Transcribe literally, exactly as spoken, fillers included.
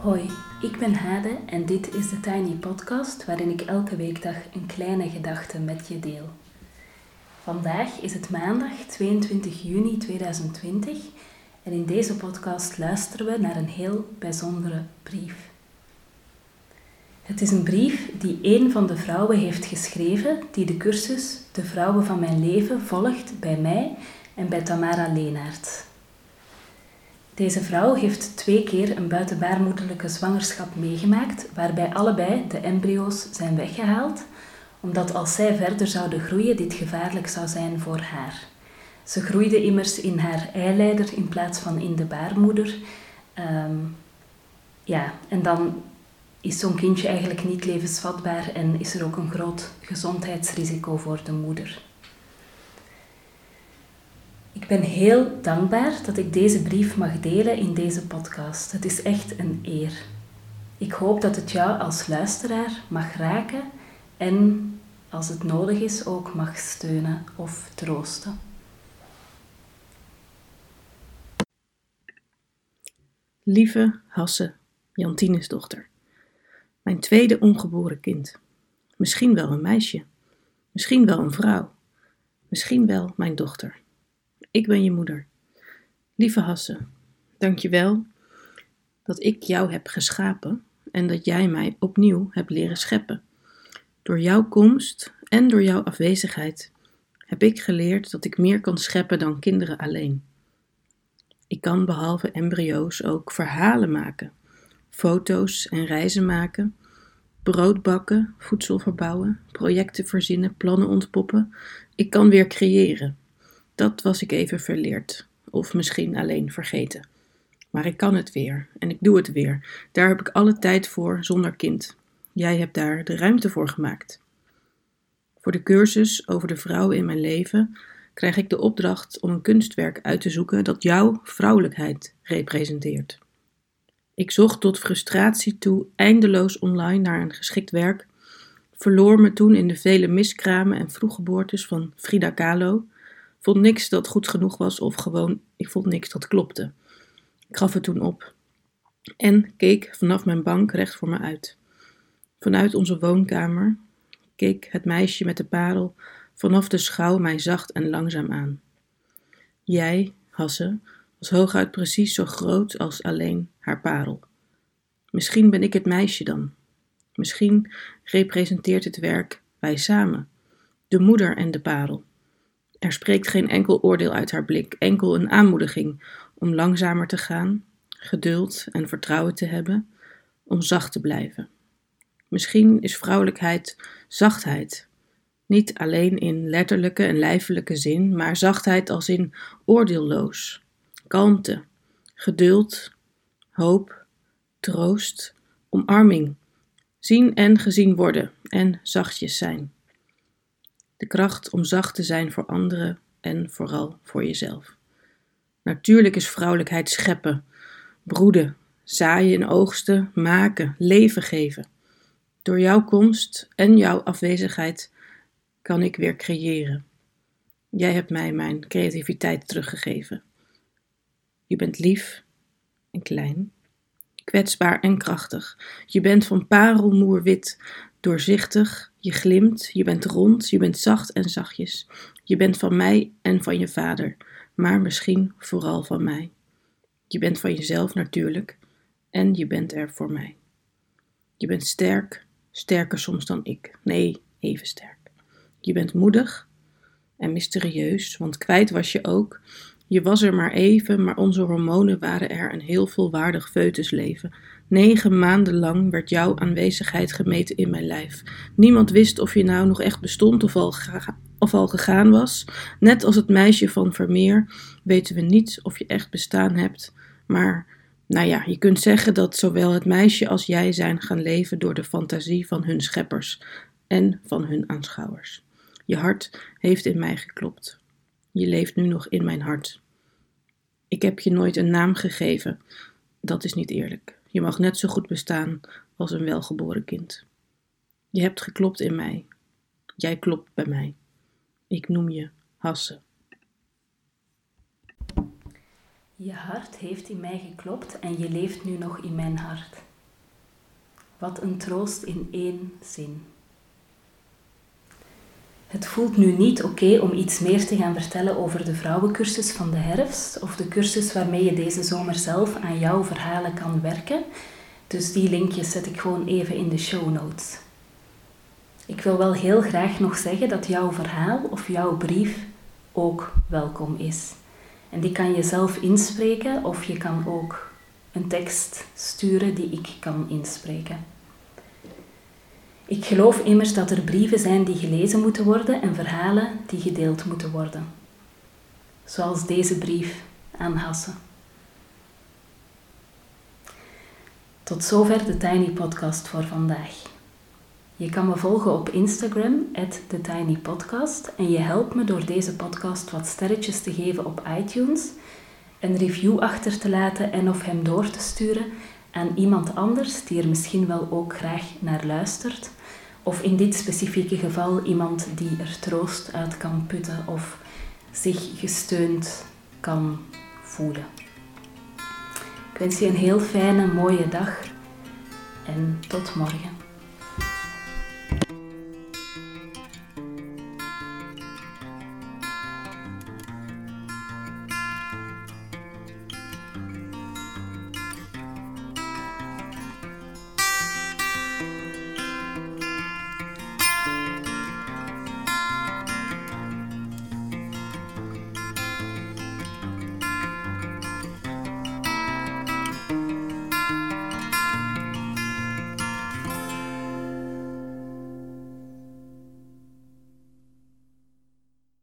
Hoi, ik ben Hade en dit is de Tiny Podcast waarin ik elke weekdag een kleine gedachte met je deel. Vandaag is het maandag tweeëntwintig juni tweeduizend twintig en in deze podcast luisteren we naar een heel bijzondere brief. Het is een brief die een van de vrouwen heeft geschreven die de cursus De Vrouwen van Mijn Leven volgt bij mij en bij Tamara Leenaert. Deze vrouw heeft twee keer een buitenbaarmoederlijke zwangerschap meegemaakt, waarbij allebei de embryo's zijn weggehaald, omdat als zij verder zouden groeien dit gevaarlijk zou zijn voor haar. Ze groeide immers in haar eileider in plaats van in de baarmoeder. Um, ja, en dan is zo'n kindje eigenlijk niet levensvatbaar en is er ook een groot gezondheidsrisico voor de moeder. Ik ben heel dankbaar dat ik deze brief mag delen in deze podcast. Het is echt een eer. Ik hoop dat het jou als luisteraar mag raken en, als het nodig is, ook mag steunen of troosten. Lieve Hasse, Jantines dochter. Mijn tweede ongeboren kind. Misschien wel een meisje. Misschien wel een vrouw. Misschien wel mijn dochter. Ik ben je moeder. Lieve Hasse, dank je wel dat ik jou heb geschapen en dat jij mij opnieuw hebt leren scheppen. Door jouw komst en door jouw afwezigheid heb ik geleerd dat ik meer kan scheppen dan kinderen alleen. Ik kan behalve embryo's ook verhalen maken, foto's en reizen maken, brood bakken, voedsel verbouwen, projecten verzinnen, plannen ontpoppen. Ik kan weer creëren. Dat was ik even verleerd, of misschien alleen vergeten. Maar ik kan het weer en ik doe het weer. Daar heb ik alle tijd voor zonder kind. Jij hebt daar de ruimte voor gemaakt. Voor de cursus over de vrouwen in mijn leven krijg ik de opdracht om een kunstwerk uit te zoeken dat jouw vrouwelijkheid representeert. Ik zocht tot frustratie toe eindeloos online naar een geschikt werk, verloor me toen in de vele miskramen en vroeggeboortes van Frida Kahlo, vond niks dat goed genoeg was of gewoon, ik vond niks dat klopte. Ik gaf het toen op en keek vanaf mijn bank recht voor me uit. Vanuit onze woonkamer keek het meisje met de parel vanaf de schouw mij zacht en langzaam aan. Jij, Hasse, was hooguit precies zo groot als alleen haar parel. Misschien ben ik het meisje dan. Misschien representeert het werk wij samen, de moeder en de parel. Er spreekt geen enkel oordeel uit haar blik, enkel een aanmoediging om langzamer te gaan, geduld en vertrouwen te hebben, om zacht te blijven. Misschien is vrouwelijkheid zachtheid, niet alleen in letterlijke en lijfelijke zin, maar zachtheid als in oordeelloos, kalmte, geduld, hoop, troost, omarming, zien en gezien worden en zachtjes zijn. De kracht om zacht te zijn voor anderen en vooral voor jezelf. Natuurlijk is vrouwelijkheid scheppen, broeden, zaaien en oogsten, maken, leven geven. Door jouw komst en jouw afwezigheid kan ik weer creëren. Jij hebt mij mijn creativiteit teruggegeven. Je bent lief en klein, kwetsbaar en krachtig. Je bent van parelmoerwit, doorzichtig, je glimt, je bent rond, je bent zacht en zachtjes. Je bent van mij en van je vader, maar misschien vooral van mij. Je bent van jezelf natuurlijk en je bent er voor mij. Je bent sterk, sterker soms dan ik. Nee, even sterk. Je bent moedig en mysterieus, want kwijt was je ook. Je was er maar even, maar onze hormonen waren er een heel volwaardig foetusleven. Negen maanden lang werd jouw aanwezigheid gemeten in mijn lijf. Niemand wist of je nou nog echt bestond of al, ga- of al gegaan was. Net als het meisje van Vermeer weten we niet of je echt bestaan hebt. Maar, nou ja, je kunt zeggen dat zowel het meisje als jij zijn gaan leven door de fantasie van hun scheppers en van hun aanschouwers. Je hart heeft in mij geklopt. Je leeft nu nog in mijn hart. Ik heb je nooit een naam gegeven. Dat is niet eerlijk. Je mag net zo goed bestaan als een welgeboren kind. Je hebt geklopt in mij. Jij klopt bij mij. Ik noem je Hasse. Je hart heeft in mij geklopt en je leeft nu nog in mijn hart. Wat een troost in één zin. Het voelt nu niet oké om iets meer te gaan vertellen over de vrouwencursus van de herfst of de cursus waarmee je deze zomer zelf aan jouw verhalen kan werken. Dus die linkjes zet ik gewoon even in de show notes. Ik wil wel heel graag nog zeggen dat jouw verhaal of jouw brief ook welkom is. En die kan je zelf inspreken of je kan ook een tekst sturen die ik kan inspreken. Ik geloof immers dat er brieven zijn die gelezen moeten worden en verhalen die gedeeld moeten worden. Zoals deze brief aan Hasse. Tot zover de Tiny Podcast voor vandaag. Je kan me volgen op Instagram, at the tiny podcast, en je helpt me door deze podcast wat sterretjes te geven op iTunes, een review achter te laten en of hem door te sturen aan iemand anders die er misschien wel ook graag naar luistert, of in dit specifieke geval iemand die er troost uit kan putten of zich gesteund kan voelen. Ik wens je een heel fijne, mooie dag en tot morgen.